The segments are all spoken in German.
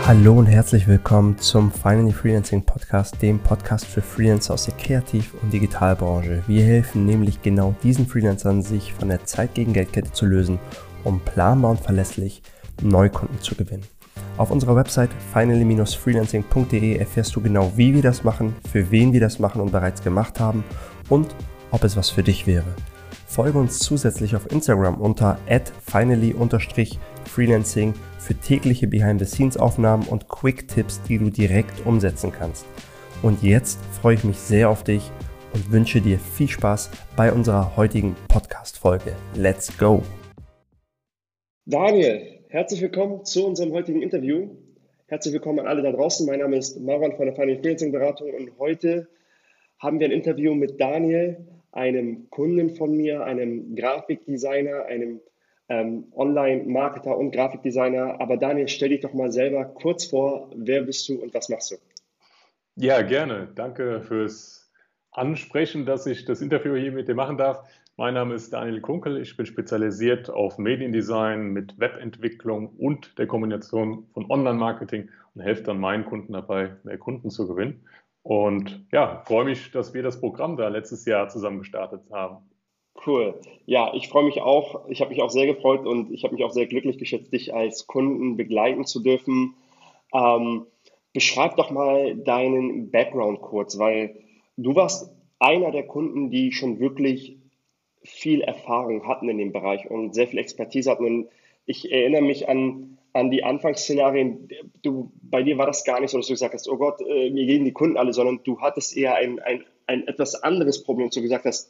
Hallo und herzlich willkommen zum Finally Freelancing Podcast, dem Podcast für Freelancer aus der Kreativ- und Digitalbranche. Wir helfen nämlich genau diesen Freelancern, sich von der Zeit gegen Geldkette zu lösen, um planbar und verlässlich Neukunden zu gewinnen. Auf unserer Website finally-freelancing.de erfährst du genau, wie wir das machen, für wen wir das machen und bereits gemacht haben und ob es was für dich wäre. Folge uns zusätzlich auf Instagram unter @finally_freelancing für tägliche Behind-the-Scenes-Aufnahmen und Quick-Tipps, die du direkt umsetzen kannst. Und jetzt freue ich mich sehr auf dich und wünsche dir viel Spaß bei unserer heutigen Podcast-Folge. Let's go! Daniel, herzlich willkommen zu unserem heutigen Interview. Herzlich willkommen an alle da draußen. Mein Name ist Marwan von der Finally Freelancing Beratung und heute haben wir ein Interview mit Daniel, einem Kunden von mir, einem Grafikdesigner, einem Online-Marketer und Grafikdesigner. Aber Daniel, stell dich doch mal selber kurz vor, wer bist du und was machst du? Ja, gerne. Danke fürs Ansprechen, dass ich das Interview hier mit dir machen darf. Mein Name ist Daniel Kunkel. Ich bin spezialisiert auf Mediendesign mit Webentwicklung und der Kombination von Online-Marketing und helfe dann meinen Kunden dabei, mehr Kunden zu gewinnen. Und ja, freue mich, dass wir das Programm da letztes Jahr zusammen gestartet haben. Cool. Ja, ich freue mich auch. Ich habe mich auch sehr gefreut und ich habe mich auch sehr glücklich geschätzt, dich als Kunden begleiten zu dürfen. Ähm, Beschreib doch mal deinen Background kurz, weil du warst einer der Kunden, die schon wirklich viel Erfahrung hatten in dem Bereich und sehr viel Expertise hatten. Und ich erinnere mich an die Anfangsszenarien. Bei dir war das gar nicht so, dass du gesagt hast, oh Gott, mir gehen die Kunden alle, sondern du hattest eher ein etwas anderes Problem, dass du gesagt hast,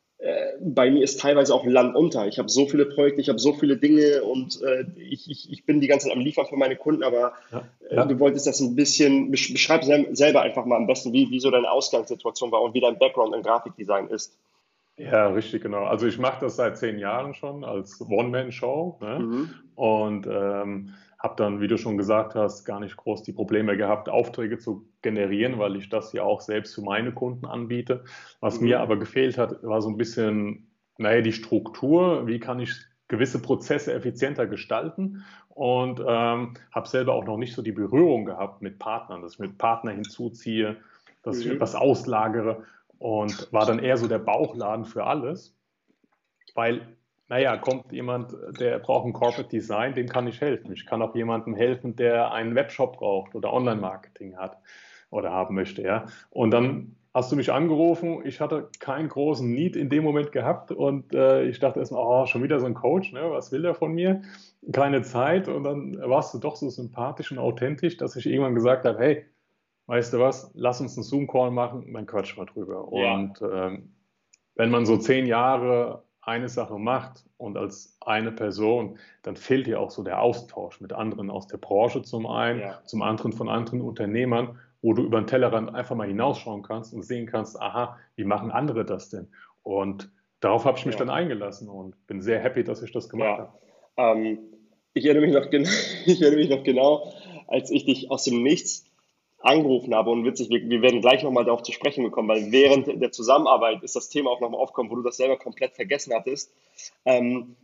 bei mir ist teilweise auch Land unter. Ich habe so viele Projekte, ich habe so viele Dinge und ich bin die ganze Zeit am Liefern für meine Kunden, aber Ja, du ja. wolltest das ein bisschen, beschreib selber einfach mal am besten, wie so deine Ausgangssituation war und wie dein Background im Grafikdesign ist. Ja, richtig, genau. Also ich mache das seit 10 Jahren schon als One-Man-Show, ne? Mhm. Und habe dann, wie du schon gesagt hast, gar nicht groß die Probleme gehabt, Aufträge zu generieren, weil ich das ja auch selbst für meine Kunden anbiete. Was mir Mhm. aber gefehlt hat, war so ein bisschen, naja, die Struktur. Wie kann ich gewisse Prozesse effizienter gestalten? Und habe selber auch noch nicht so die Berührung gehabt mit Partnern, dass ich mit Partnern hinzuziehe, dass ich Mhm. etwas auslagere und war dann eher so der Bauchladen für alles, weil, naja, kommt jemand, der braucht ein Corporate Design, dem kann ich helfen. Ich kann auch jemandem helfen, der einen Webshop braucht oder Online-Marketing hat oder haben möchte, ja. Und dann hast du mich angerufen, ich hatte keinen großen Need in dem Moment gehabt und ich dachte erstmal, oh, schon wieder so ein Coach, ne? Was will der von mir? Keine Zeit und dann warst du doch so sympathisch und authentisch, dass ich irgendwann gesagt habe, hey, weißt du was, lass uns einen Zoom-Call machen, dann quatschen wir drüber. Ja, Und wenn man so 10 Jahre eine Sache macht und als eine Person, dann fehlt dir auch so der Austausch mit anderen aus der Branche zum einen, ja, zum anderen von anderen Unternehmern, wo du über den Tellerrand einfach mal hinausschauen kannst und sehen kannst, aha, wie machen andere das denn? Und darauf habe ich mich ja, dann eingelassen und bin sehr happy, dass ich das gemacht ja. habe. Ähm, ich erinnere mich noch, ich erinnere mich noch genau, als ich dich aus dem Nichts angerufen habe und witzig, wir werden gleich nochmal darauf zu sprechen bekommen, weil während der Zusammenarbeit ist das Thema auch nochmal aufgekommen, wo du das selber komplett vergessen hattest. Ähm,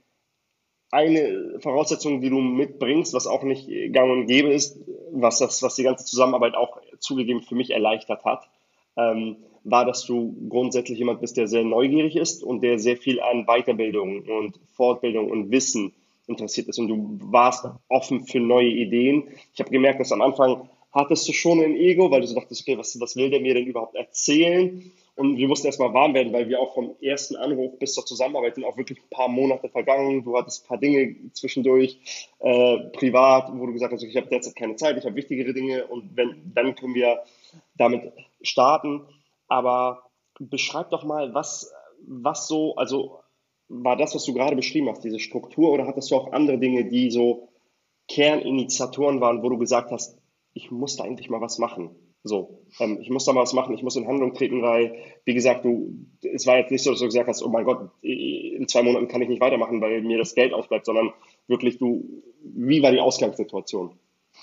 eine Voraussetzung, die du mitbringst, was auch nicht gang und gäbe ist, was die ganze Zusammenarbeit auch zugegeben für mich erleichtert hat, war, dass du grundsätzlich jemand bist, der sehr neugierig ist und der sehr viel an Weiterbildung und Fortbildung und Wissen interessiert ist. Und du warst offen für neue Ideen. Ich habe gemerkt, dass am Anfang hattest du schon ein Ego, weil du so dachtest, okay, was will der mir denn überhaupt erzählen? Und wir mussten erstmal warm werden, weil wir auch vom ersten Anruf bis zur Zusammenarbeit sind auch wirklich ein paar Monate vergangen. Du hattest ein paar Dinge zwischendurch, privat, wo du gesagt hast, okay, ich habe derzeit keine Zeit, ich habe wichtigere Dinge und dann können wir damit starten. Aber beschreib doch mal, was so, also war das, was du gerade beschrieben hast, diese Struktur, oder hattest du auch andere Dinge, die so Kerninitiatoren waren, wo du gesagt hast, ich muss da endlich mal was machen? So, ich muss da mal was machen, ich muss in Handlung treten, weil, wie gesagt, es war jetzt nicht so, dass du gesagt hast, oh mein Gott, in 2 Monaten kann ich nicht weitermachen, weil mir das Geld ausbleibt, sondern wirklich wie war die Ausgangssituation?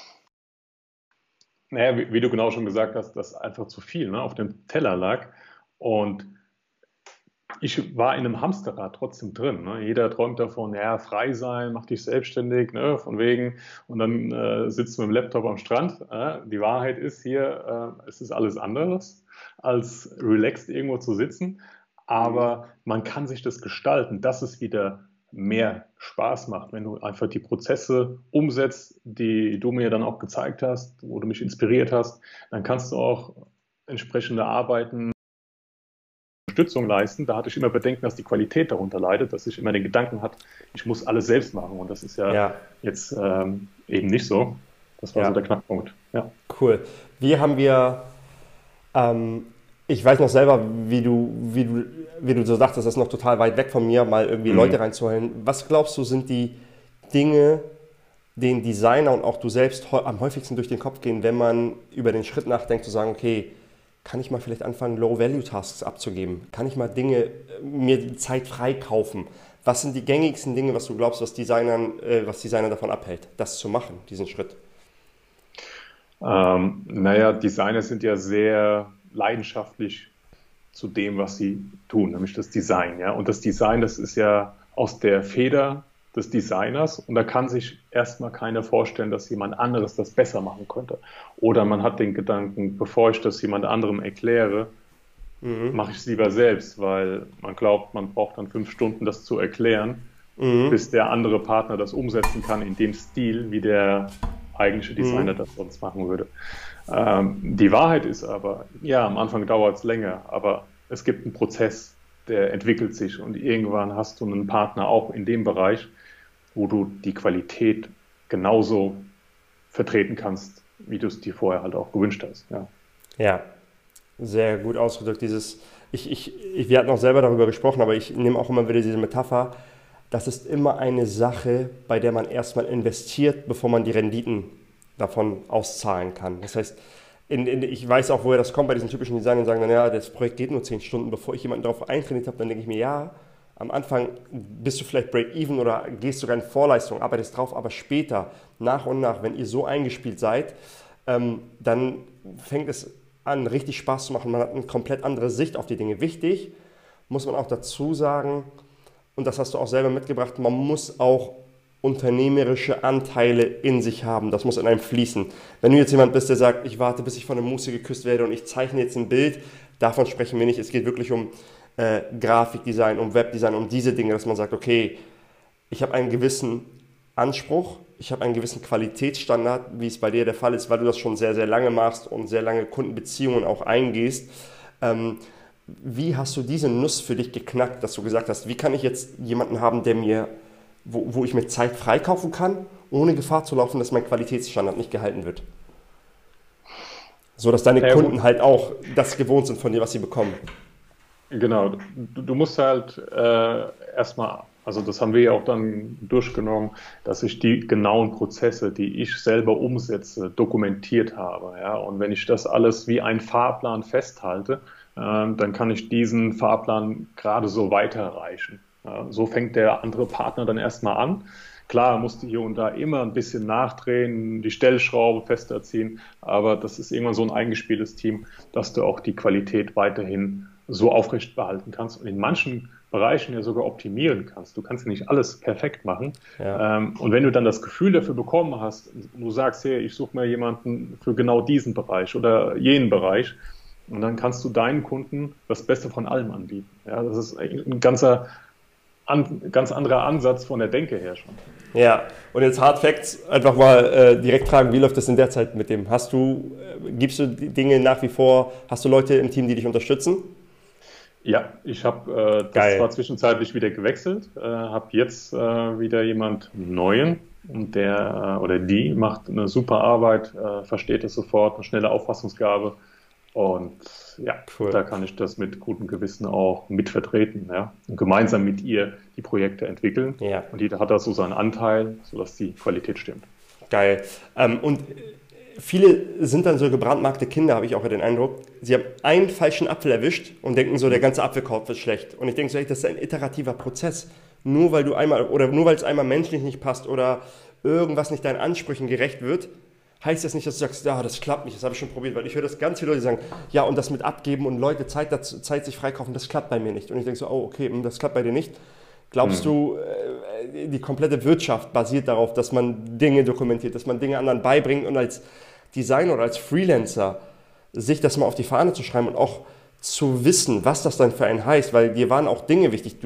Naja, wie du genau schon gesagt hast, dass einfach zu viel, ne, auf dem Teller lag. Und ich war in einem Hamsterrad trotzdem drin. Ne? Jeder träumt davon, ja, frei sein, mach dich selbstständig, ne? Von wegen. Und dann sitzt du mit dem Laptop am Strand. Die Wahrheit ist hier, es ist alles anderes, als relaxed irgendwo zu sitzen. Aber man kann sich das gestalten, dass es wieder mehr Spaß macht, wenn du einfach die Prozesse umsetzt, die du mir dann auch gezeigt hast, wo du mich inspiriert hast. Dann kannst du auch entsprechende Arbeiten Unterstützung leisten. Da hatte ich immer Bedenken, dass die Qualität darunter leidet, dass ich immer den Gedanken hatte, ich muss alles selbst machen. Und das ist ja jetzt eben nicht so. Das war so der Knackpunkt. Ja. Cool. Wie haben wir, ich weiß noch selber, wie du so dachtest, das ist noch total weit weg von mir, mal irgendwie Leute reinzuholen. Was glaubst du, sind die Dinge, den Designer und auch du selbst am häufigsten durch den Kopf gehen, wenn man über den Schritt nachdenkt, zu sagen, okay, kann ich mal vielleicht anfangen, Low-Value-Tasks abzugeben? Kann ich mal mir die Zeit freikaufen? Was sind die gängigsten Dinge, was du glaubst, was Designer davon abhält, das zu machen, diesen Schritt? Designer sind ja sehr leidenschaftlich zu dem, was sie tun, nämlich das Design. Ja? Und das Design, das ist ja aus der Feder des Designers und da kann sich erstmal keiner vorstellen, dass jemand anderes das besser machen könnte. Oder man hat den Gedanken, bevor ich das jemand anderem erkläre, mache ich es lieber selbst, weil man glaubt, man braucht dann 5 Stunden, das zu erklären, bis der andere Partner das umsetzen kann in dem Stil, wie der eigentliche Designer das sonst machen würde. Die Wahrheit ist aber, ja, am Anfang dauert es länger, aber es gibt einen Prozess, der entwickelt sich und irgendwann hast du einen Partner auch in dem Bereich, wo du die Qualität genauso vertreten kannst, wie du es dir vorher halt auch gewünscht hast. Ja, sehr gut ausgedrückt. Wir hatten auch selber darüber gesprochen, aber ich nehme auch immer wieder diese Metapher, das ist immer eine Sache, bei der man erstmal investiert, bevor man die Renditen davon auszahlen kann. Das heißt, ich weiß auch, woher das kommt bei diesen typischen Designern, die sagen dann, ja, das Projekt geht nur 10 Stunden, bevor ich jemanden darauf eintrainiert habe, dann denke ich mir, ja, am Anfang bist du vielleicht Break-Even oder gehst sogar in Vorleistung, arbeitest drauf, aber später, nach und nach, wenn ihr so eingespielt seid, dann fängt es an, richtig Spaß zu machen. Man hat eine komplett andere Sicht auf die Dinge. Wichtig, muss man auch dazu sagen, und das hast du auch selber mitgebracht, man muss auch unternehmerische Anteile in sich haben. Das muss in einem fließen. Wenn du jetzt jemand bist, der sagt, ich warte, bis ich von einer Muse geküsst werde und ich zeichne jetzt ein Bild, davon sprechen wir nicht. Es geht wirklich um Grafikdesign, um Webdesign, um diese Dinge, dass man sagt, okay, ich habe einen gewissen Anspruch, ich habe einen gewissen Qualitätsstandard, wie es bei dir der Fall ist, weil du das schon sehr, sehr lange machst und sehr lange Kundenbeziehungen auch eingehst. Wie hast du diese Nuss für dich geknackt, dass du gesagt hast, wie kann ich jetzt jemanden haben, der mir, wo ich mir Zeit freikaufen kann, ohne Gefahr zu laufen, dass mein Qualitätsstandard nicht gehalten wird? So dass deine Kunden halt auch das gewohnt sind von dir, was sie bekommen. Genau, du musst halt erstmal, also das haben wir ja auch dann durchgenommen, dass ich die genauen Prozesse, die ich selber umsetze, dokumentiert habe. Ja? Und wenn ich das alles wie ein Fahrplan festhalte, dann kann ich diesen Fahrplan gerade so weiterreichen. Ja? So fängt der andere Partner dann erstmal an. Klar, musst du hier und da immer ein bisschen nachdrehen, die Stellschraube fester ziehen, aber das ist irgendwann so ein eingespieltes Team, dass du auch die Qualität weiterhin so aufrecht behalten kannst und in manchen Bereichen ja sogar optimieren kannst. Du kannst ja nicht alles perfekt machen. Ja. Und wenn du dann das Gefühl dafür bekommen hast, du sagst, hey, ich suche mir jemanden für genau diesen Bereich oder jenen Bereich, und dann kannst du deinen Kunden das Beste von allem anbieten. Ja, das ist ein ganz anderer Ansatz von der Denke her schon. Ja, und jetzt Hard Facts, einfach mal direkt fragen, wie läuft das in der Zeit mit dem? Gibst du Dinge nach wie vor, hast du Leute im Team, die dich unterstützen? Ja, ich habe das zwar zwischenzeitlich wieder gewechselt, habe jetzt wieder jemand Neuen und der oder die macht eine super Arbeit, versteht es sofort, eine schnelle Auffassungsgabe und ja, cool. Da kann ich das mit gutem Gewissen auch mitvertreten, ja, und gemeinsam mit ihr die Projekte entwickeln. Ja. Und jeder hat da so seinen Anteil, sodass die Qualität stimmt. Geil. Und viele sind dann so gebrandmarkte Kinder, habe ich auch den Eindruck. Sie haben einen falschen Apfel erwischt und denken so, der ganze Apfelkorb ist schlecht. Und ich denke so, das ist ein iterativer Prozess. Nur weil es einmal menschlich nicht passt oder irgendwas nicht deinen Ansprüchen gerecht wird, heißt das nicht, dass du sagst, ja, das klappt nicht, das habe ich schon probiert, weil ich höre das ganz viele Leute sagen, ja, und das mit abgeben und Leute Zeit sich freikaufen, das klappt bei mir nicht. Und ich denke so, oh, okay, das klappt bei dir nicht. Glaubst du, die komplette Wirtschaft basiert darauf, dass man Dinge dokumentiert, dass man Dinge anderen beibringt und als Designer oder als Freelancer sich das mal auf die Fahne zu schreiben und auch zu wissen, was das dann für einen heißt, weil dir waren auch Dinge wichtig.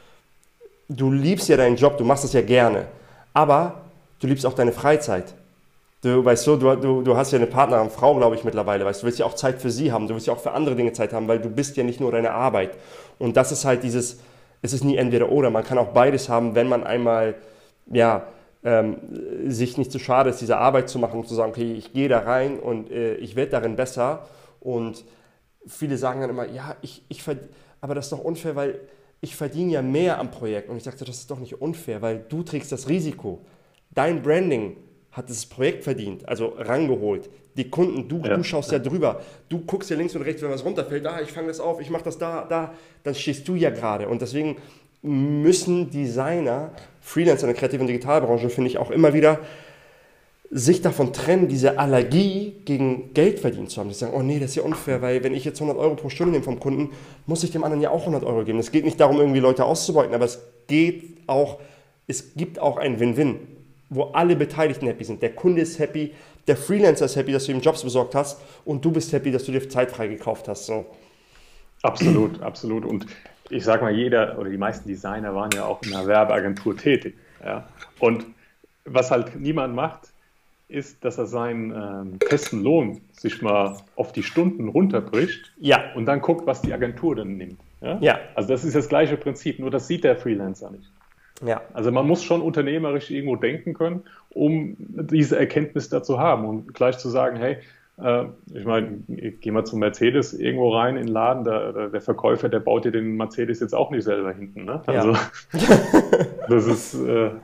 Du liebst ja deinen Job, du machst es ja gerne, aber du liebst auch deine Freizeit. Du hast ja eine Partnerin, Frau, glaube ich, mittlerweile, weißt du, willst ja auch Zeit für sie haben, du willst ja auch für andere Dinge Zeit haben, weil du bist ja nicht nur deine Arbeit. Und das ist halt es ist nie entweder oder, man kann auch beides haben, wenn man einmal, ja, sich nicht zu schade ist, diese Arbeit zu machen und zu sagen, okay, ich gehe da rein und ich werde darin besser. Und viele sagen dann immer, ja, aber das ist doch unfair, weil ich verdiene ja mehr am Projekt. Und ich sagte, das ist doch nicht unfair, weil du trägst das Risiko. Dein Branding hat das Projekt verdient, also rangeholt. Die Kunden, du schaust ja drüber. Du guckst ja links und rechts, wenn was runterfällt, ich fange das auf, ich mache das da. Dann stehst du ja gerade. Und deswegen müssen Designer, Freelancer in der kreativen Digitalbranche, finde ich, auch immer wieder sich davon trennen, diese Allergie gegen Geld verdient zu haben. Die sagen, oh nee, das ist ja unfair, weil wenn ich jetzt 100 Euro pro Stunde nehme vom Kunden, muss ich dem anderen ja auch 100 Euro geben. Es geht nicht darum, irgendwie Leute auszubeuten, aber es gibt auch ein Win-Win, wo alle Beteiligten happy sind. Der Kunde ist happy, der Freelancer ist happy, dass du ihm Jobs besorgt hast und du bist happy, dass du dir Zeit frei gekauft hast. So. Absolut, absolut. Und ich sage mal, jeder oder die meisten Designer waren ja auch in einer Werbeagentur tätig. Ja? Und was halt niemand macht, ist, dass er seinen festen Lohn sich mal auf die Stunden runterbricht und dann guckt, was die Agentur dann nimmt. Ja? Ja. Also das ist das gleiche Prinzip, nur das sieht der Freelancer nicht. Ja. Also man muss schon unternehmerisch irgendwo denken können, um diese Erkenntnis dazu haben und gleich zu sagen, hey, ich meine, geh mal zum Mercedes irgendwo rein in den Laden, der Verkäufer, der baut dir den Mercedes jetzt auch nicht selber hinten. Ne? Also das ist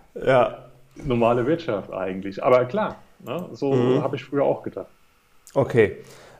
normale Wirtschaft eigentlich. Aber klar, ne? So habe ich früher auch gedacht. Okay.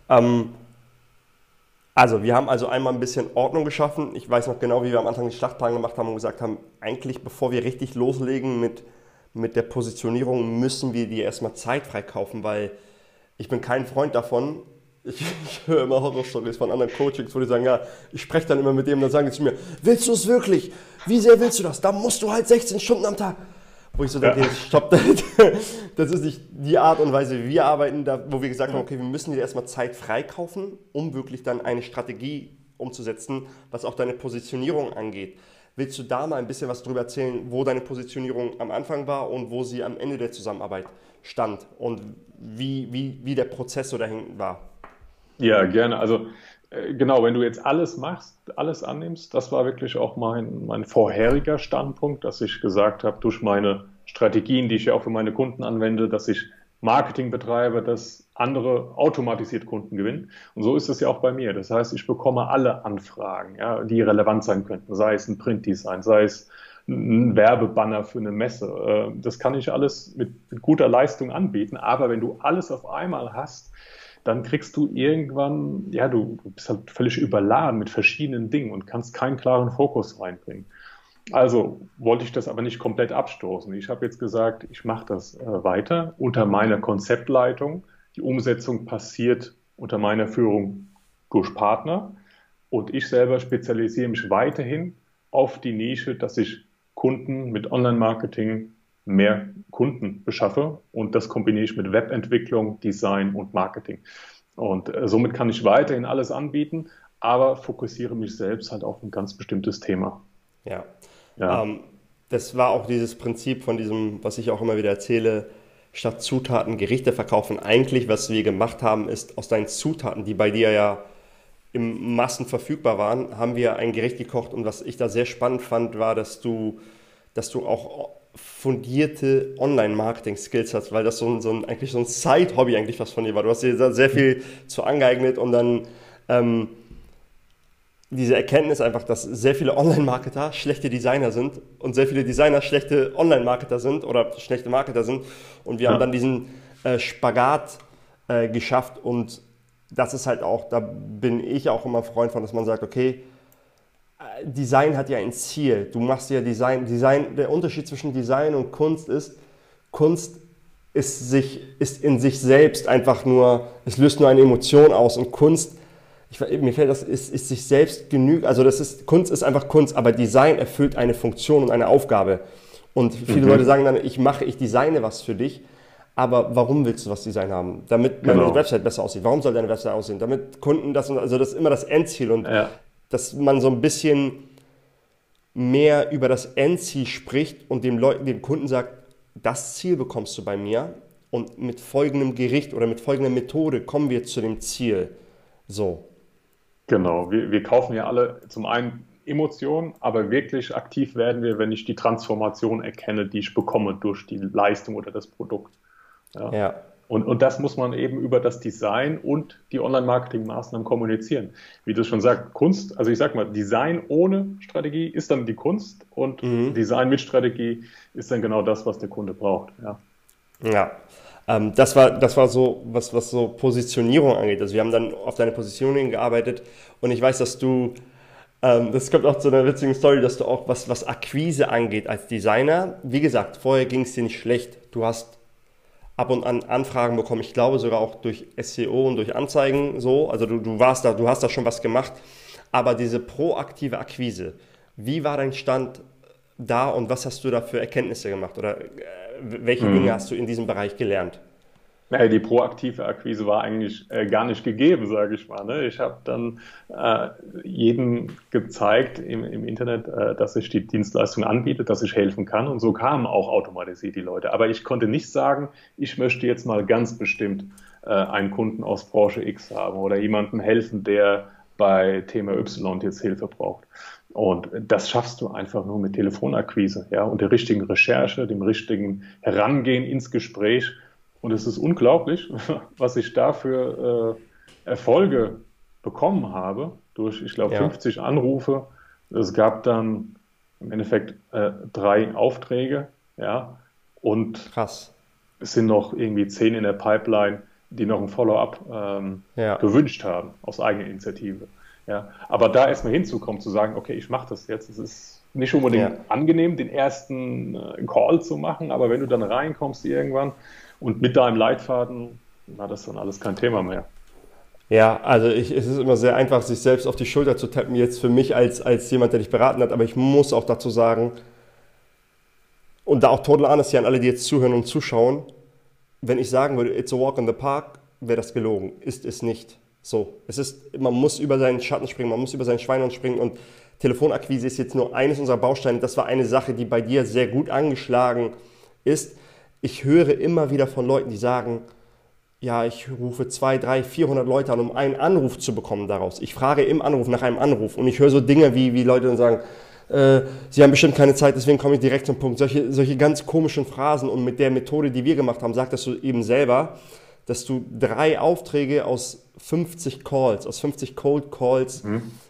Also wir haben also einmal ein bisschen Ordnung geschaffen. Ich weiß noch genau, wie wir am Anfang den Schlachtplan gemacht haben und gesagt haben, eigentlich bevor wir richtig loslegen mit der Positionierung, müssen wir dir erstmal Zeit freikaufen, weil ich bin kein Freund davon. Ich höre immer Horror-Stories von anderen Coachings, wo die sagen, ja, ich spreche dann immer mit dem, dann sagen die zu mir, willst du es wirklich? Wie sehr willst du das? Da musst du halt 16 Stunden am Tag. Wo ich so denke, stopp, das ist nicht die Art und Weise, wie wir arbeiten, wo wir gesagt haben, okay, wir müssen dir erstmal Zeit freikaufen, um wirklich dann eine Strategie umzusetzen, was auch deine Positionierung angeht. Willst du da mal ein bisschen was drüber erzählen, wo deine Positionierung am Anfang war und wo sie am Ende der Zusammenarbeit stand und wie der Prozess so dahin war? Ja, gerne. Also genau, wenn du jetzt alles machst, alles annimmst, das war wirklich auch mein vorheriger Standpunkt, dass ich gesagt habe, durch meine Strategien, die ich ja auch für meine Kunden anwende, dass ich Marketing betreibe, dass andere automatisiert Kunden gewinnen. Und so ist es ja auch bei mir. Das heißt, ich bekomme alle Anfragen, ja, die relevant sein könnten, sei es ein Printdesign, sei es ein Werbebanner für eine Messe. Das kann ich alles mit guter Leistung anbieten. Aber wenn du alles auf einmal hast, dann kriegst du irgendwann, ja, du bist halt völlig überladen mit verschiedenen Dingen und kannst keinen klaren Fokus reinbringen. Also wollte ich das aber nicht komplett abstoßen. Ich habe jetzt gesagt, ich mache das weiter unter meiner Konzeptleitung. Die Umsetzung passiert unter meiner Führung durch Partner und ich selber spezialisiere mich weiterhin auf die Nische, dass ich Kunden mit Online-Marketing mehr Kunden beschaffe und das kombiniere ich mit Webentwicklung, Design und Marketing. Und somit kann ich weiterhin alles anbieten, aber fokussiere mich selbst halt auf ein ganz bestimmtes Thema. Ja. Das war auch dieses Prinzip von diesem, was ich auch immer wieder erzähle, statt Zutaten Gerichte verkaufen. Eigentlich, was wir gemacht haben, ist aus deinen Zutaten, die bei dir ja im Massen verfügbar waren, haben wir ein Gericht gekocht. Und was ich da sehr spannend fand, war, dass du auch fundierte Online-Marketing-Skills hast, weil das eigentlich so ein Side-Hobby eigentlich was von dir war. Du hast dir sehr viel zu angeeignet und dann diese Erkenntnis einfach, dass sehr viele Online-Marketer schlechte Designer sind und sehr viele Designer schlechte Online-Marketer sind oder schlechte Marketer sind und wir haben dann diesen Spagat geschafft und das ist halt auch, da bin ich auch immer Freund von, dass man sagt, okay, Design hat ja ein Ziel. Du machst ja Design. Der Unterschied zwischen Design und Kunst ist, Kunst ist in sich selbst einfach nur, es löst nur eine Emotion aus und Kunst, mir fällt das, ist sich selbst genügend, also Kunst ist einfach Kunst, aber Design erfüllt eine Funktion und eine Aufgabe. Und viele Leute sagen dann, ich designe was für dich, aber warum willst du was Design haben? Damit meine Website besser aussieht. Warum soll deine Website aussehen? Damit Kunden also das ist immer das Endziel und dass man so ein bisschen mehr über das Endziel spricht und dem Kunden sagt, das Ziel bekommst du bei mir und mit folgendem Gericht oder mit folgender Methode kommen wir zu dem Ziel. So. Genau, wir kaufen ja alle zum einen Emotionen, aber wirklich aktiv werden wir, wenn ich die Transformation erkenne, die ich bekomme durch die Leistung oder das Produkt. Ja. Und das muss man eben über das Design und die Online-Marketing-Maßnahmen kommunizieren. Wie du schon sagst, Kunst, also ich sag mal, Design ohne Strategie ist dann die Kunst und Design mit Strategie ist dann genau das, was der Kunde braucht. Ja. Das war so, was so Positionierung angeht. Also wir haben dann auf deine Positionierung gearbeitet und ich weiß, dass du, das kommt auch zu einer witzigen Story, dass du auch, was Akquise angeht als Designer, wie gesagt, vorher ging es dir nicht schlecht. Du hast ab und an Anfragen bekommen, ich glaube sogar auch durch SEO und durch Anzeigen so, also du hast da schon was gemacht, aber diese proaktive Akquise, wie war dein Stand da und was hast du da für Erkenntnisse gemacht oder welche Dinge hast du in diesem Bereich gelernt? Naja, die proaktive Akquise war eigentlich gar nicht gegeben, sage ich mal. Ne? Ich habe dann jedem gezeigt im Internet, dass ich die Dienstleistung anbiete, dass ich helfen kann. Und so kamen auch automatisiert die Leute. Aber ich konnte nicht sagen, ich möchte jetzt mal ganz bestimmt einen Kunden aus Branche X haben oder jemandem helfen, der bei Thema Y jetzt Hilfe braucht. Und das schaffst du einfach nur mit Telefonakquise, ja, und der richtigen Recherche, dem richtigen Herangehen ins Gespräch. Und es ist unglaublich, was ich da für Erfolge bekommen habe durch, ich glaube, 50 Anrufe. Es gab dann im Endeffekt 3 Aufträge, ja, und krass. Es sind noch irgendwie 10 in der Pipeline, die noch ein Follow-up gewünscht haben aus eigener Initiative. Ja, aber da erstmal hinzukommen, zu sagen, okay, ich mache das jetzt. Es ist nicht unbedingt angenehm, den ersten Call zu machen, aber wenn du dann reinkommst irgendwann und mit deinem Leitfaden, war das dann alles kein Thema mehr. Ja, also es ist immer sehr einfach, sich selbst auf die Schulter zu tappen, jetzt für mich als jemand, der dich beraten hat, aber ich muss auch dazu sagen, und da auch total honesty an alle, die jetzt zuhören und zuschauen, wenn ich sagen würde, it's a walk in the park, wäre das gelogen. Ist es nicht. So, man muss über seinen Schatten springen, man muss über seinen Schweinehund springen und Telefonakquise ist jetzt nur eines unserer Bausteine. Das war eine Sache, die bei dir sehr gut angeschlagen ist. Ich höre immer wieder von Leuten, die sagen, ja, ich rufe 200, 300, 400 Leute an, um einen Anruf zu bekommen daraus. Ich frage im Anruf nach einem Anruf und ich höre so Dinge, wie Leute dann sagen, sie haben bestimmt keine Zeit, deswegen komme ich direkt zum Punkt. Solche ganz komischen Phrasen und mit der Methode, die wir gemacht haben, sagtest du eben selber, dass du 3 Aufträge aus 50 Calls, aus 50 Cold Calls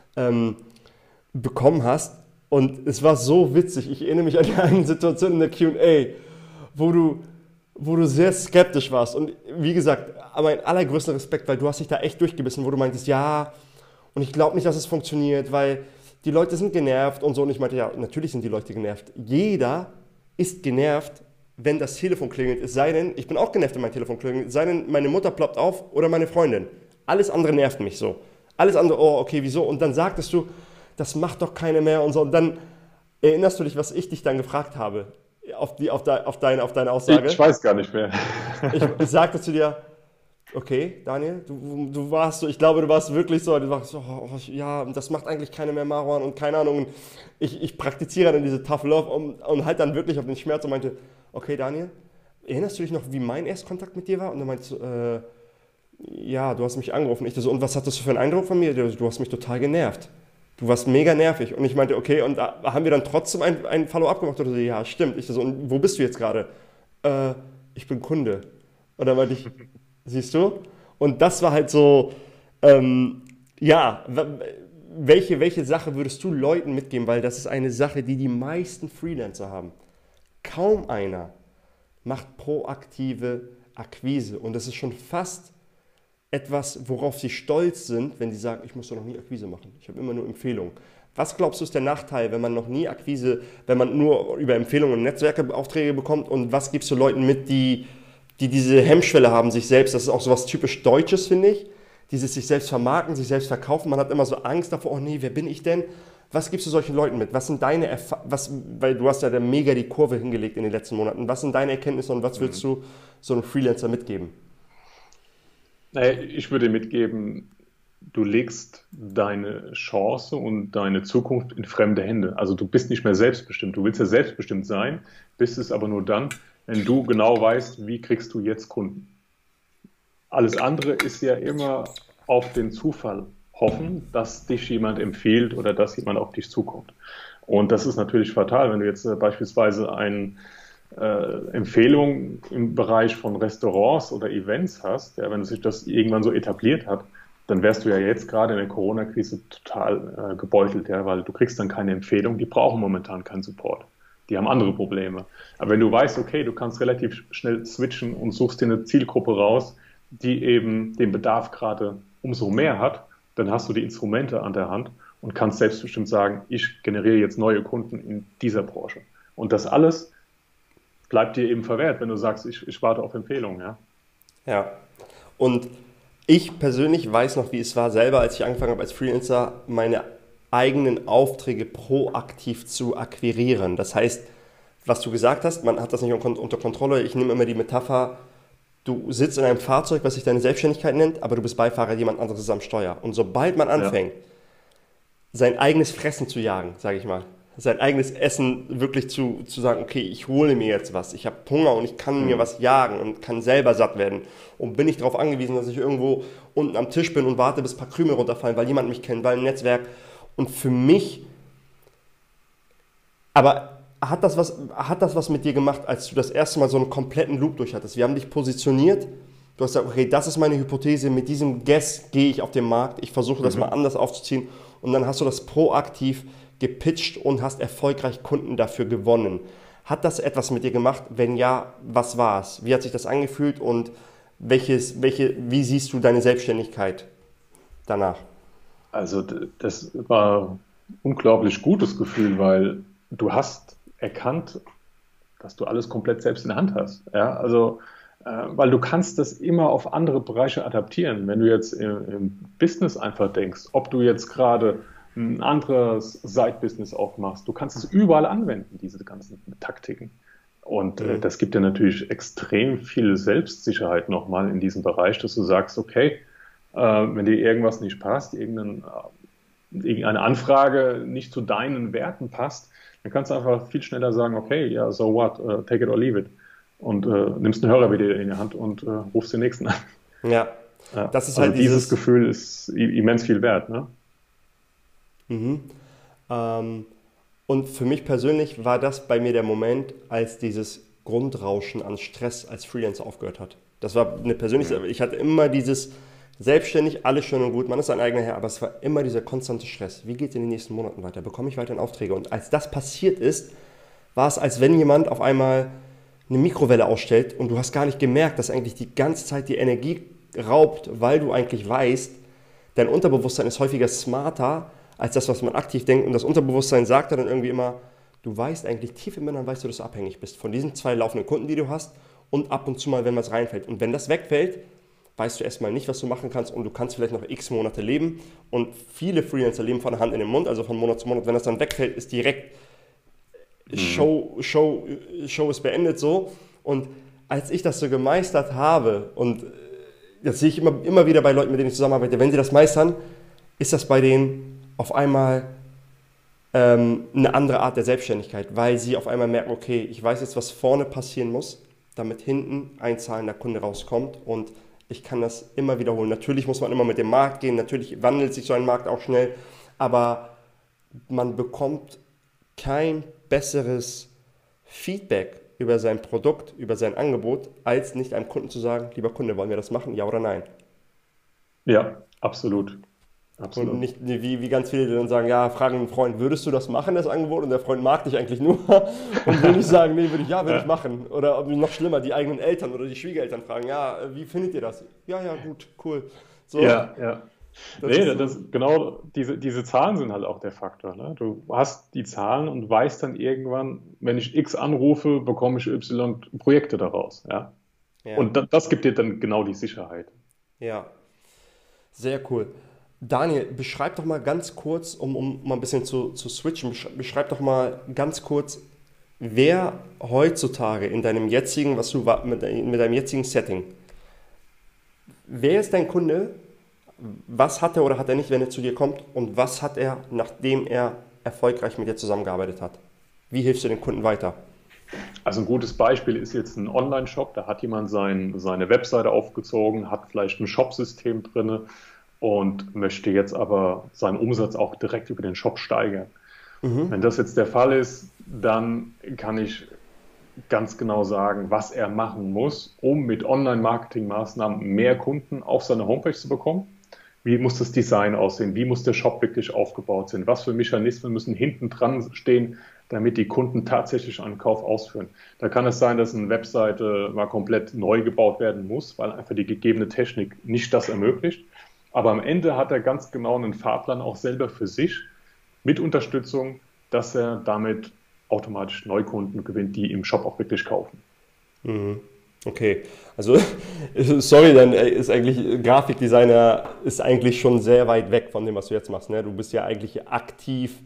bekommen hast. Und es war so witzig. Ich erinnere mich an eine Situation in der Q&A, wo du sehr skeptisch warst. Und wie gesagt, mein allergrößter Respekt, weil du hast dich da echt durchgebissen, wo du meintest, ja, und ich glaube nicht, dass es funktioniert, weil die Leute sind genervt und so. Und ich meinte, ja, natürlich sind die Leute genervt. Jeder ist genervt, wenn das Telefon klingelt, es sei denn, ich bin auch genervt, wenn mein Telefon klingelt, es sei denn, meine Mutter ploppt auf oder meine Freundin. Alles andere nervt mich so. Alles andere, oh, okay, wieso? Und dann sagtest du, das macht doch keine mehr und so. Und dann erinnerst du dich, was ich dich dann gefragt habe, auf deine Aussage? Ich weiß gar nicht mehr. Ich sagte zu dir, okay, Daniel, du warst so, ich glaube, du warst wirklich so, du warst so, oh, ja, das macht eigentlich keine mehr, Marwan, und keine Ahnung. Und ich praktiziere dann diese Tough Love und halt dann wirklich auf den Schmerz und meinte, okay, Daniel, erinnerst du dich noch, wie mein Erstkontakt mit dir war? Und dann meinte ich so, ja, du hast mich angerufen. Ich so, und was hattest du für einen Eindruck von mir? Du hast mich total genervt. Du warst mega nervig. Und ich meinte, okay, und da haben wir dann trotzdem ein Follow-up gemacht? Oder so, ja, stimmt. Ich so, und wo bist du jetzt gerade? Ich bin Kunde. Und dann meinte ich, siehst du? Und das war halt so, ja, welche Sache würdest du Leuten mitgeben? Weil das ist eine Sache, die die meisten Freelancer haben. Kaum einer macht proaktive Akquise. Und das ist schon fast etwas, worauf sie stolz sind, wenn sie sagen, ich muss doch noch nie Akquise machen. Ich habe immer nur Empfehlungen. Was glaubst du ist der Nachteil, wenn man noch nie Akquise, wenn man nur über Empfehlungen und Netzwerke Aufträge bekommt? Und was gibst du Leuten mit, die die diese Hemmschwelle haben, sich selbst, das ist auch so was typisch Deutsches, finde ich, dieses sich selbst vermarkten, sich selbst verkaufen, man hat immer so Angst davor, oh nee, wer bin ich denn? Was gibst du solchen Leuten mit? Was sind deine weil du hast ja da mega die Kurve hingelegt in den letzten Monaten, was sind deine Erkenntnisse und was würdest du so einem Freelancer mitgeben? Naja, ich würde mitgeben, du legst deine Chance und deine Zukunft in fremde Hände. Also du bist nicht mehr selbstbestimmt. Du willst ja selbstbestimmt sein, bist es aber nur dann, wenn du genau weißt, wie kriegst du jetzt Kunden. Alles andere ist ja immer auf den Zufall hoffen, dass dich jemand empfiehlt oder dass jemand auf dich zukommt. Und das ist natürlich fatal, wenn du jetzt beispielsweise eine Empfehlung im Bereich von Restaurants oder Events hast, ja, wenn sich das irgendwann so etabliert hat, dann wärst du ja jetzt gerade in der Corona-Krise total gebeutelt, ja, weil du kriegst dann keine Empfehlung, die brauchen momentan keinen Support. Die haben andere Probleme. Aber wenn du weißt, okay, du kannst relativ schnell switchen und suchst dir eine Zielgruppe raus, die eben den Bedarf gerade umso mehr hat, dann hast du die Instrumente an der Hand und kannst selbstbestimmt sagen, ich generiere jetzt neue Kunden in dieser Branche. Und das alles bleibt dir eben verwehrt, wenn du sagst, ich warte auf Empfehlungen. Ja? Ja, und ich persönlich weiß noch, wie es war selber, als ich angefangen habe als Freelancer, meine eigenen Aufträge proaktiv zu akquirieren. Das heißt, was du gesagt hast, man hat das nicht unter Kontrolle. Ich nehme immer die Metapher, du sitzt in einem Fahrzeug, was sich deine Selbstständigkeit nennt, aber du bist Beifahrer, jemand anderes ist am Steuer. Und sobald man anfängt, sein eigenes Fressen zu jagen, sage ich mal, sein eigenes Essen wirklich zu sagen, okay, ich hole mir jetzt was, ich habe Hunger und ich kann mir was jagen und kann selber satt werden und bin nicht darauf angewiesen, dass ich irgendwo unten am Tisch bin und warte, bis ein paar Krümel runterfallen, weil jemand mich kennt, weil ein Netzwerk. Und für mich, aber hat das was mit dir gemacht, als du das erste Mal so einen kompletten Loop durch hattest? Wir haben dich positioniert, du hast gesagt, okay, das ist meine Hypothese, mit diesem Guess gehe ich auf den Markt, ich versuche das mal anders aufzuziehen und dann hast du das proaktiv gepitcht und hast erfolgreich Kunden dafür gewonnen. Hat das etwas mit dir gemacht? Wenn ja, was war es? Wie hat sich das angefühlt und wie siehst du deine Selbstständigkeit danach? Also das war ein unglaublich gutes Gefühl, weil du hast erkannt, dass du alles komplett selbst in der Hand hast. Ja? Also, weil du kannst das immer auf andere Bereiche adaptieren. Wenn du jetzt im Business einfach denkst, ob du jetzt gerade ein anderes Side-Business aufmachst, du kannst es überall anwenden, diese ganzen Taktiken. Und das gibt dir natürlich extrem viel Selbstsicherheit nochmal in diesem Bereich, dass du sagst, okay, wenn dir irgendwas nicht passt, irgendeine Anfrage nicht zu deinen Werten passt, dann kannst du einfach viel schneller sagen, okay, ja, so what, take it or leave it. Und nimmst einen Hörer wieder in die Hand und rufst den nächsten an. Ja, das ist also halt dieses Gefühl ist immens viel wert. Ne? Und für mich persönlich war das bei mir der Moment, als dieses Grundrauschen an Stress als Freelancer aufgehört hat. Das war eine persönliche, ich hatte immer dieses selbstständig, alles schön und gut, man ist sein eigener Herr, aber es war immer dieser konstante Stress. Wie geht es in den nächsten Monaten weiter? Bekomme ich weiterhin Aufträge? Und als das passiert ist, war es, als wenn jemand auf einmal eine Mikrowelle ausstellt und du hast gar nicht gemerkt, dass eigentlich die ganze Zeit die Energie raubt, weil du eigentlich weißt, dein Unterbewusstsein ist häufiger smarter als das, was man aktiv denkt. Und das Unterbewusstsein sagt dann irgendwie immer, du weißt eigentlich, tief im Inneren weißt du, dass du abhängig bist von diesen 2 laufenden Kunden, die du hast und ab und zu mal, wenn was reinfällt. Und wenn das wegfällt, weißt du erstmal nicht, was du machen kannst und du kannst vielleicht noch x Monate leben. Und viele Freelancer leben von der Hand in den Mund, also von Monat zu Monat. Wenn das dann wegfällt, ist direkt Show ist beendet so. Und als ich das so gemeistert habe, und das sehe ich immer wieder bei Leuten, mit denen ich zusammenarbeite, wenn sie das meistern, ist das bei denen auf einmal eine andere Art der Selbstständigkeit, weil sie auf einmal merken, okay, ich weiß jetzt, was vorne passieren muss, damit hinten ein zahlender Kunde rauskommt und ich kann das immer wiederholen. Natürlich muss man immer mit dem Markt gehen, natürlich wandelt sich so ein Markt auch schnell, aber man bekommt kein besseres Feedback über sein Produkt, über sein Angebot, als nicht einem Kunden zu sagen, lieber Kunde, wollen wir das machen, ja oder nein? Ja, absolut. Absolut. Und nicht wie ganz viele, die dann sagen, ja, fragen einen Freund, würdest du das machen, das Angebot? Und der Freund mag dich eigentlich nur und will nicht sagen, nee, würde ich machen. Oder noch schlimmer, die eigenen Eltern oder die Schwiegereltern fragen, ja, wie findet ihr das? Ja, gut, cool. So. Ja. Genau diese Zahlen sind halt auch der Faktor. Ne? Du hast die Zahlen und weißt dann irgendwann, wenn ich X anrufe, bekomme ich Y Projekte daraus. Ja? Ja, Und das gibt dir dann genau die Sicherheit. ja, sehr cool. Daniel, beschreib doch mal ganz kurz, um mal ein bisschen zu switchen, beschreib doch mal ganz kurz, wer heutzutage in deinem jetzigen, mit deinem jetzigen Setting, wer ist dein Kunde? Was hat er oder hat er nicht, wenn er zu dir kommt? Und was hat er, nachdem er erfolgreich mit dir zusammengearbeitet hat? Wie hilfst du den Kunden weiter? Also ein gutes Beispiel ist jetzt ein Online-Shop, da hat jemand seine Webseite aufgezogen, hat vielleicht ein Shopsystem drin und möchte jetzt aber seinen Umsatz auch direkt über den Shop steigern. Wenn das jetzt der Fall ist, dann kann ich ganz genau sagen, was er machen muss, um mit Online-Marketing-Maßnahmen mehr Kunden auf seine Homepage zu bekommen. Wie muss das Design aussehen? Wie muss der Shop wirklich aufgebaut sein? Was für Mechanismen müssen hinten dran stehen, damit die Kunden tatsächlich einen Kauf ausführen? Da kann es sein, dass eine Webseite mal komplett neu gebaut werden muss, weil einfach die gegebene Technik nicht das ermöglicht. Aber am Ende hat er ganz genau einen Fahrplan auch selber für sich mit Unterstützung, dass er damit automatisch Neukunden gewinnt, die im Shop auch wirklich kaufen. Okay, also sorry, dann ist eigentlich Grafikdesigner ist eigentlich schon sehr weit weg von dem, was du jetzt machst, ne? Du bist ja eigentlich aktiv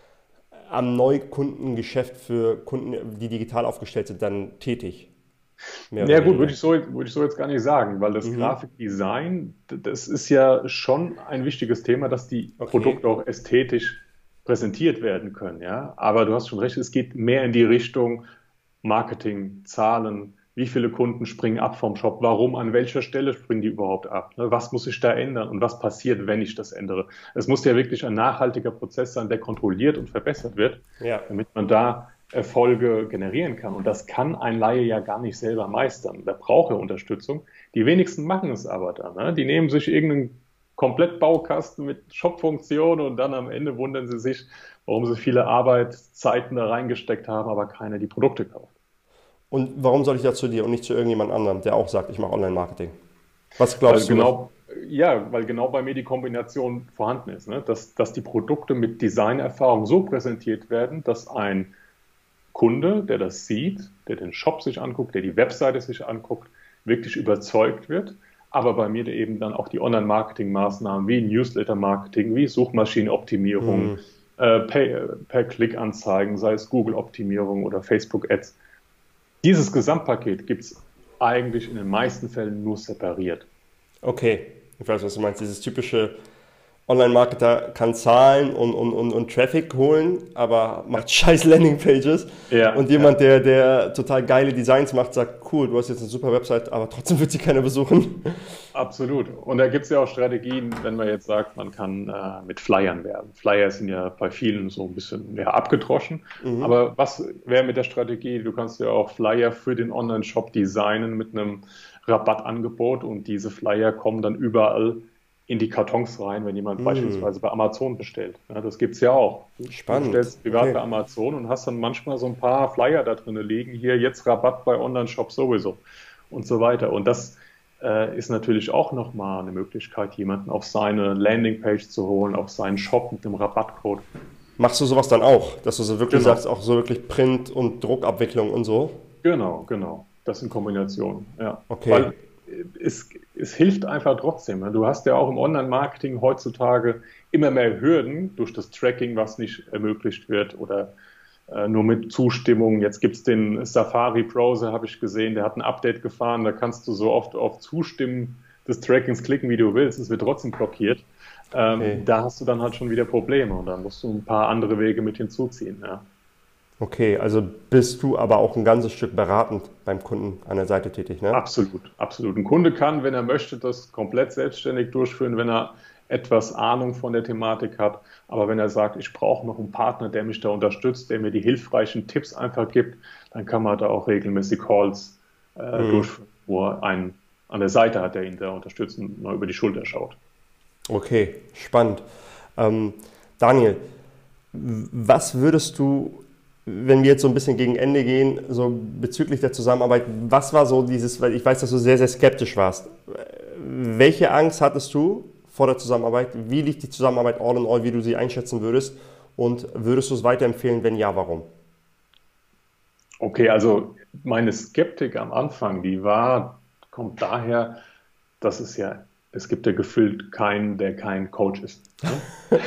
am Neukundengeschäft für Kunden, die digital aufgestellt sind, dann tätig, mehr oder Ja gut, weniger. würde ich so jetzt gar nicht sagen, weil das Mhm. Grafikdesign, das ist ja schon ein wichtiges Thema, dass die Okay. Produkte auch ästhetisch präsentiert werden können, ja. Aber du hast schon recht, es geht mehr in die Richtung Marketing, Zahlen, wie viele Kunden springen ab vom Shop, warum, an welcher Stelle springen die überhaupt ab, ne? Was muss ich da ändern und was passiert, wenn ich das ändere? Es muss ja wirklich ein nachhaltiger Prozess sein, der kontrolliert und verbessert wird, Ja. damit man da Erfolge generieren kann. Und das kann ein Laie ja gar nicht selber meistern. Da braucht er Unterstützung. Die wenigsten machen es aber dann. Ne? Die nehmen sich irgendeinen Komplettbaukasten mit Shop-Funktion und dann am Ende wundern sie sich, warum sie viele Arbeitszeiten da reingesteckt haben, aber keiner die Produkte kauft. Und warum soll ich da zu dir und nicht zu irgendjemand anderem, der auch sagt, ich mache Online-Marketing? Was Weil glaubst du? genau, ja, weil genau bei mir die Kombination vorhanden ist, ne? Dass die Produkte mit Designerfahrung so präsentiert werden, dass ein Kunde, der das sieht, der den Shop sich anguckt, der die Webseite sich anguckt, wirklich überzeugt wird. Aber bei mir eben dann auch die Online-Marketing-Maßnahmen wie Newsletter-Marketing, wie Suchmaschinenoptimierung, Per-Klick-Anzeigen, sei es Google-Optimierung oder Facebook-Ads. Dieses Gesamtpaket gibt es eigentlich in den meisten Fällen nur separiert. Okay, ich weiß, was du meinst. Dieses typische Online-Marketer kann Zahlen und Traffic holen, aber macht scheiß Landingpages. Ja, Und ja. jemand, der total geile Designs macht, sagt, cool, du hast jetzt eine super Website, aber trotzdem wird sie keiner besuchen. Absolut. Und da gibt es ja auch Strategien, wenn man jetzt sagt, man kann mit Flyern werben. Flyer sind ja bei vielen so ein bisschen mehr abgedroschen. Aber was wäre mit der Strategie? Du kannst ja auch Flyer für den Online-Shop designen mit einem Rabattangebot und diese Flyer kommen dann überall in die Kartons rein, wenn jemand beispielsweise bei Amazon bestellt. Ja, das gibt's ja auch. Du Spannend, bestellst privat okay. bei Amazon und hast dann manchmal so ein paar Flyer da drin liegen. Hier jetzt Rabatt bei Online-Shop sowieso und so weiter. Und das ist natürlich auch nochmal eine Möglichkeit, jemanden auf seine Landingpage zu holen, auf seinen Shop mit einem Rabattcode. Machst du sowas dann auch, dass du so wirklich sagst, Genau, auch so wirklich Print- und Druckabwicklung und so? genau. Das in Kombination, ja. Okay. Weil es hilft einfach trotzdem. Ne? Du hast ja auch im Online-Marketing heutzutage immer mehr Hürden durch das Tracking, was nicht ermöglicht wird oder nur mit Zustimmung. Jetzt gibt es den Safari-Browser, habe ich gesehen, der hat ein Update gefahren. Da kannst du so oft auf Zustimmen des Trackings klicken, wie du willst. Es wird trotzdem blockiert. Okay. Da hast du dann halt schon wieder Probleme und dann musst du ein paar andere Wege mit hinzuziehen. Ja. Okay, also bist du aber auch ein ganzes Stück beratend beim Kunden an der Seite tätig, ne? Absolut. Ein Kunde kann, wenn er möchte, das komplett selbstständig durchführen, wenn er etwas Ahnung von der Thematik hat. Aber wenn er sagt, ich brauche noch einen Partner, der mich da unterstützt, der mir die hilfreichen Tipps einfach gibt, dann kann man da auch regelmäßig Calls Mhm. durchführen, wo er einen an der Seite hat, der ihn da unterstützt und mal über die Schulter schaut. Okay, spannend. Ähm, Daniel, was würdest du, wenn wir jetzt so ein bisschen gegen Ende gehen, so bezüglich der Zusammenarbeit, was war so dieses, weil ich weiß, dass du sehr, sehr skeptisch warst. Welche Angst hattest du vor der Zusammenarbeit? Wie liegt die Zusammenarbeit all in all, wie du sie einschätzen würdest? Und würdest du es weiterempfehlen? Wenn ja, warum? Okay, also meine Skeptik am Anfang, die war kommt daher, dass es gibt ja gefühlt keinen, der kein Coach ist. Ne?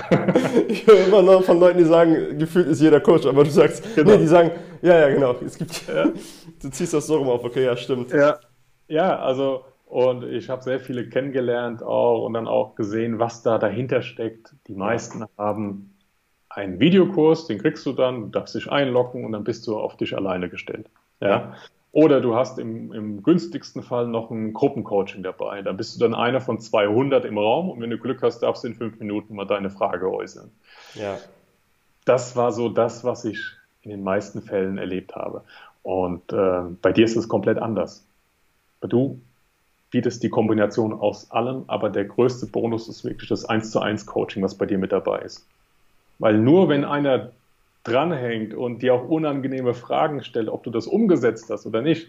Ich höre immer noch von Leuten, die sagen, gefühlt ist jeder Coach, aber du sagst, Genau. nee, die sagen, ja, genau, es gibt, du ziehst das so rum auf, okay, ja, stimmt. Ja, also, und ich habe sehr viele kennengelernt auch und dann auch gesehen, was da dahinter steckt. Die meisten haben einen Videokurs, den kriegst du dann, du darfst dich einloggen und dann bist du auf dich alleine gestellt. Ja. Oder du hast im günstigsten Fall noch ein Gruppencoaching dabei. Da bist du dann einer von 200 im Raum und wenn du Glück hast, darfst du in 5 Minuten mal deine Frage äußern. Ja. Das war so das, was ich in den meisten Fällen erlebt habe. Und bei dir ist es komplett anders. Du bietest die Kombination aus allem, aber der größte Bonus ist wirklich das 1:1 Coaching, was bei dir mit dabei ist. Weil nur wenn einer dranhängt und dir auch unangenehme Fragen stellt, ob du das umgesetzt hast oder nicht,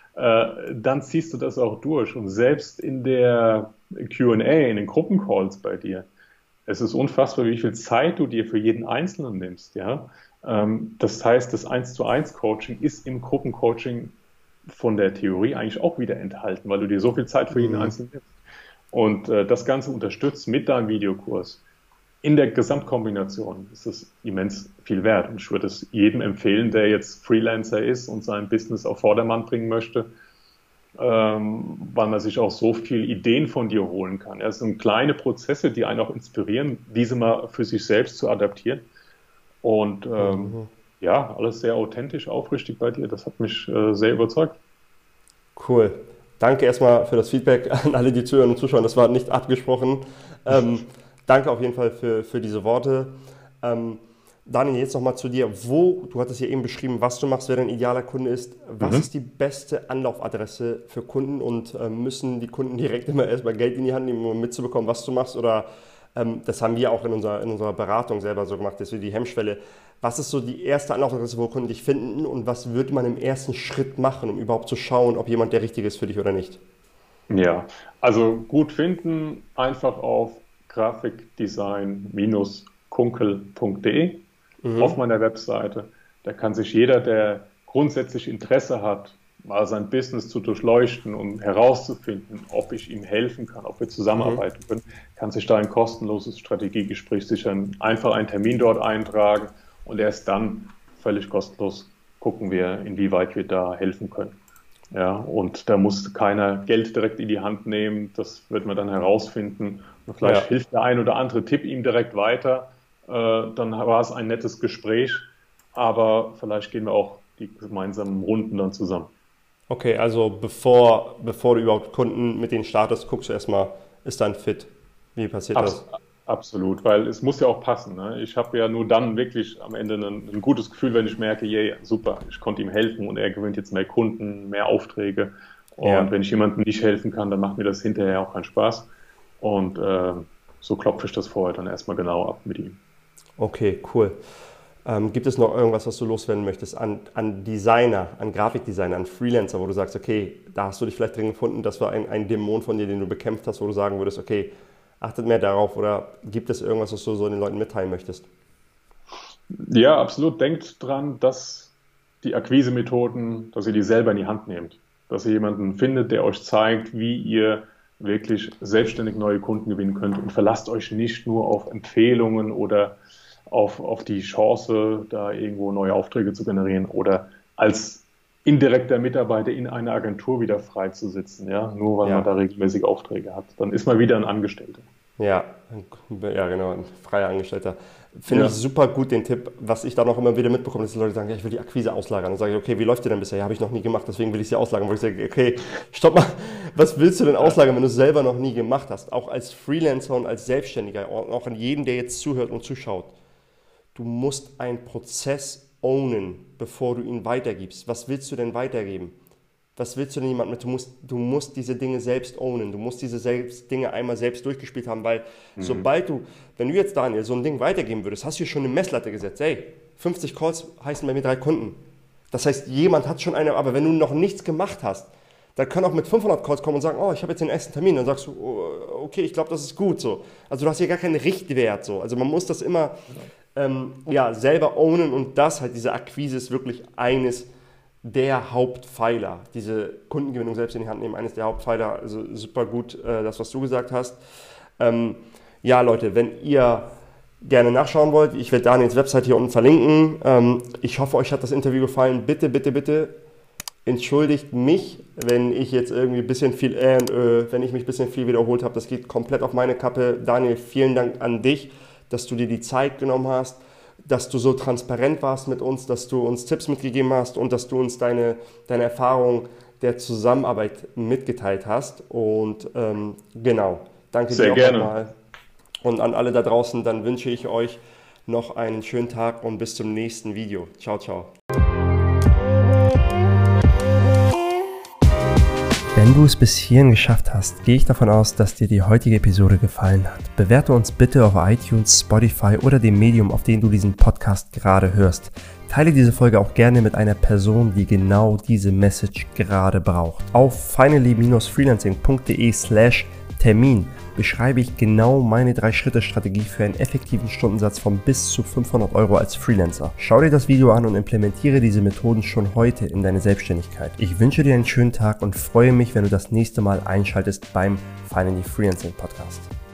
dann ziehst du das auch durch. Und selbst in der Q&A, in den Gruppencalls bei dir, es ist unfassbar, wie viel Zeit du dir für jeden Einzelnen nimmst. Ja? Das heißt, das 1:1 Coaching ist im Gruppencoaching von der Theorie eigentlich auch wieder enthalten, weil du dir so viel Zeit für jeden Einzelnen nimmst. Und das Ganze unterstützt mit deinem Videokurs. In der Gesamtkombination ist es immens viel wert. Und ich würde es jedem empfehlen, der jetzt Freelancer ist und sein Business auf Vordermann bringen möchte, weil man sich auch so viele Ideen von dir holen kann. Es sind kleine Prozesse, die einen auch inspirieren, diese mal für sich selbst zu adaptieren. Und alles sehr authentisch, aufrichtig bei dir. Das hat mich sehr überzeugt. Cool. Danke erstmal für das Feedback an alle, die zuhören und zuschauen. Das war nicht abgesprochen. Danke auf jeden Fall für diese Worte. Daniel, jetzt nochmal zu dir. Du hattest ja eben beschrieben, was du machst, wer dein idealer Kunde ist. Was ist die beste Anlaufadresse für Kunden und müssen die Kunden direkt immer erstmal Geld in die Hand nehmen, um mitzubekommen, was du machst? Oder das haben wir auch in unserer Beratung selber so gemacht, dass wir die Hemmschwelle. Was ist so die erste Anlaufadresse, wo Kunden dich finden und was würde man im ersten Schritt machen, um überhaupt zu schauen, ob jemand der Richtige ist für dich oder nicht? Ja, also gut finden, einfach auf grafikdesign-kunkel.de auf meiner Webseite. Da kann sich jeder, der grundsätzlich Interesse hat, mal sein Business zu durchleuchten und herauszufinden, ob ich ihm helfen kann, ob wir zusammenarbeiten können, kann sich da ein kostenloses Strategiegespräch sichern, einfach einen Termin dort eintragen und erst dann völlig kostenlos gucken wir, inwieweit wir da helfen können. Ja, und da muss keiner Geld direkt in die Hand nehmen, das wird man dann herausfinden. Und vielleicht hilft der ein oder andere Tipp ihm direkt weiter, dann war es ein nettes Gespräch, aber vielleicht gehen wir auch die gemeinsamen Runden dann zusammen. Okay, also bevor du überhaupt Kunden mit denen startest, guckst du erstmal, ist da ein Fit? Wie passiert das? Absolut, weil es muss ja auch passen. Ne? Ich habe ja nur dann wirklich am Ende ein gutes Gefühl, wenn ich merke, yeah, super, ich konnte ihm helfen und er gewinnt jetzt mehr Kunden, mehr Aufträge. Und wenn ich jemandem nicht helfen kann, dann macht mir das hinterher auch keinen Spaß. Und so klopfe ich das vorher dann erstmal genau ab mit ihm. Okay, cool. Gibt es noch irgendwas, was du loswerden möchtest an Designer, an Grafikdesigner, an Freelancer, wo du sagst, okay, da hast du dich vielleicht drin gefunden, das war ein Dämon von dir, den du bekämpft hast, wo du sagen würdest, okay, achtet mehr darauf, oder gibt es irgendwas, was du so den Leuten mitteilen möchtest? Ja, absolut. Denkt dran, dass die Akquise-Methoden, dass ihr die selber in die Hand nehmt. Dass ihr jemanden findet, der euch zeigt, wie ihr wirklich selbstständig neue Kunden gewinnen könnt und verlasst euch nicht nur auf Empfehlungen oder auf die Chance, da irgendwo neue Aufträge zu generieren oder als indirekter Mitarbeiter in einer Agentur wieder frei zu sitzen, ja, nur weil man da regelmäßig Aufträge hat. Dann ist man wieder ein Angestellter. Ja, genau, ein freier Angestellter. Finde ich super gut den Tipp, was ich da noch immer wieder mitbekomme, dass die Leute sagen, ja, ich will die Akquise auslagern. Dann sage ich, okay, wie läuft die denn bisher? Ja, habe ich noch nie gemacht, deswegen will ich sie auslagern. Wo ich sage, okay, stopp mal, was willst du denn auslagern, wenn du es selber noch nie gemacht hast? Auch als Freelancer und als Selbstständiger, auch an jeden, der jetzt zuhört und zuschaut. Du musst einen Prozess ownen, bevor du ihn weitergibst. Was willst du denn weitergeben? Was willst du denn jemandem mit? Du musst diese Dinge selbst ownen. Du musst diese Dinge einmal selbst durchgespielt haben, weil wenn du jetzt, Daniel, so ein Ding weitergeben würdest, hast du hier schon eine Messlatte gesetzt. Hey, 50 Calls heißen bei mir 3 Kunden. Das heißt, jemand hat schon aber wenn du noch nichts gemacht hast, dann können auch mit 500 Calls kommen und sagen, oh, ich habe jetzt den ersten Termin. Dann sagst du, oh, okay, ich glaube, das ist gut so. Also du hast hier gar keinen Richtwert so. Also man muss das immer selber ownen und diese Akquise ist wirklich eines der Hauptpfeiler, diese Kundengewinnung selbst in die Hand nehmen, eines der Hauptpfeiler. Also super gut, das, was du gesagt hast. Ja, Leute, wenn ihr gerne nachschauen wollt, ich werde Daniels Website hier unten verlinken. Ich hoffe, euch hat das Interview gefallen. Bitte, bitte, bitte entschuldigt mich, wenn ich jetzt irgendwie ein bisschen viel wenn ich mich ein bisschen viel wiederholt habe. Das geht komplett auf meine Kappe. Daniel, vielen Dank an dich, dass du dir die Zeit genommen hast, dass du so transparent warst mit uns, dass du uns Tipps mitgegeben hast und dass du uns deine Erfahrung der Zusammenarbeit mitgeteilt hast. Und genau, danke Sehr dir auch gerne. nochmal. Und an alle da draußen, dann wünsche ich euch noch einen schönen Tag und bis zum nächsten Video. Ciao, ciao. Wenn du es bis hierhin geschafft hast, gehe ich davon aus, dass dir die heutige Episode gefallen hat. Bewerte uns bitte auf iTunes, Spotify oder dem Medium, auf dem du diesen Podcast gerade hörst. Teile diese Folge auch gerne mit einer Person, die genau diese Message gerade braucht. Auf finally-freelancing.de/Termin beschreibe ich genau meine 3-Schritte-Strategie für einen effektiven Stundensatz von bis zu 500 € als Freelancer. Schau dir das Video an und implementiere diese Methoden schon heute in deine Selbstständigkeit. Ich wünsche dir einen schönen Tag und freue mich, wenn du das nächste Mal einschaltest beim Finally Freelancing Podcast.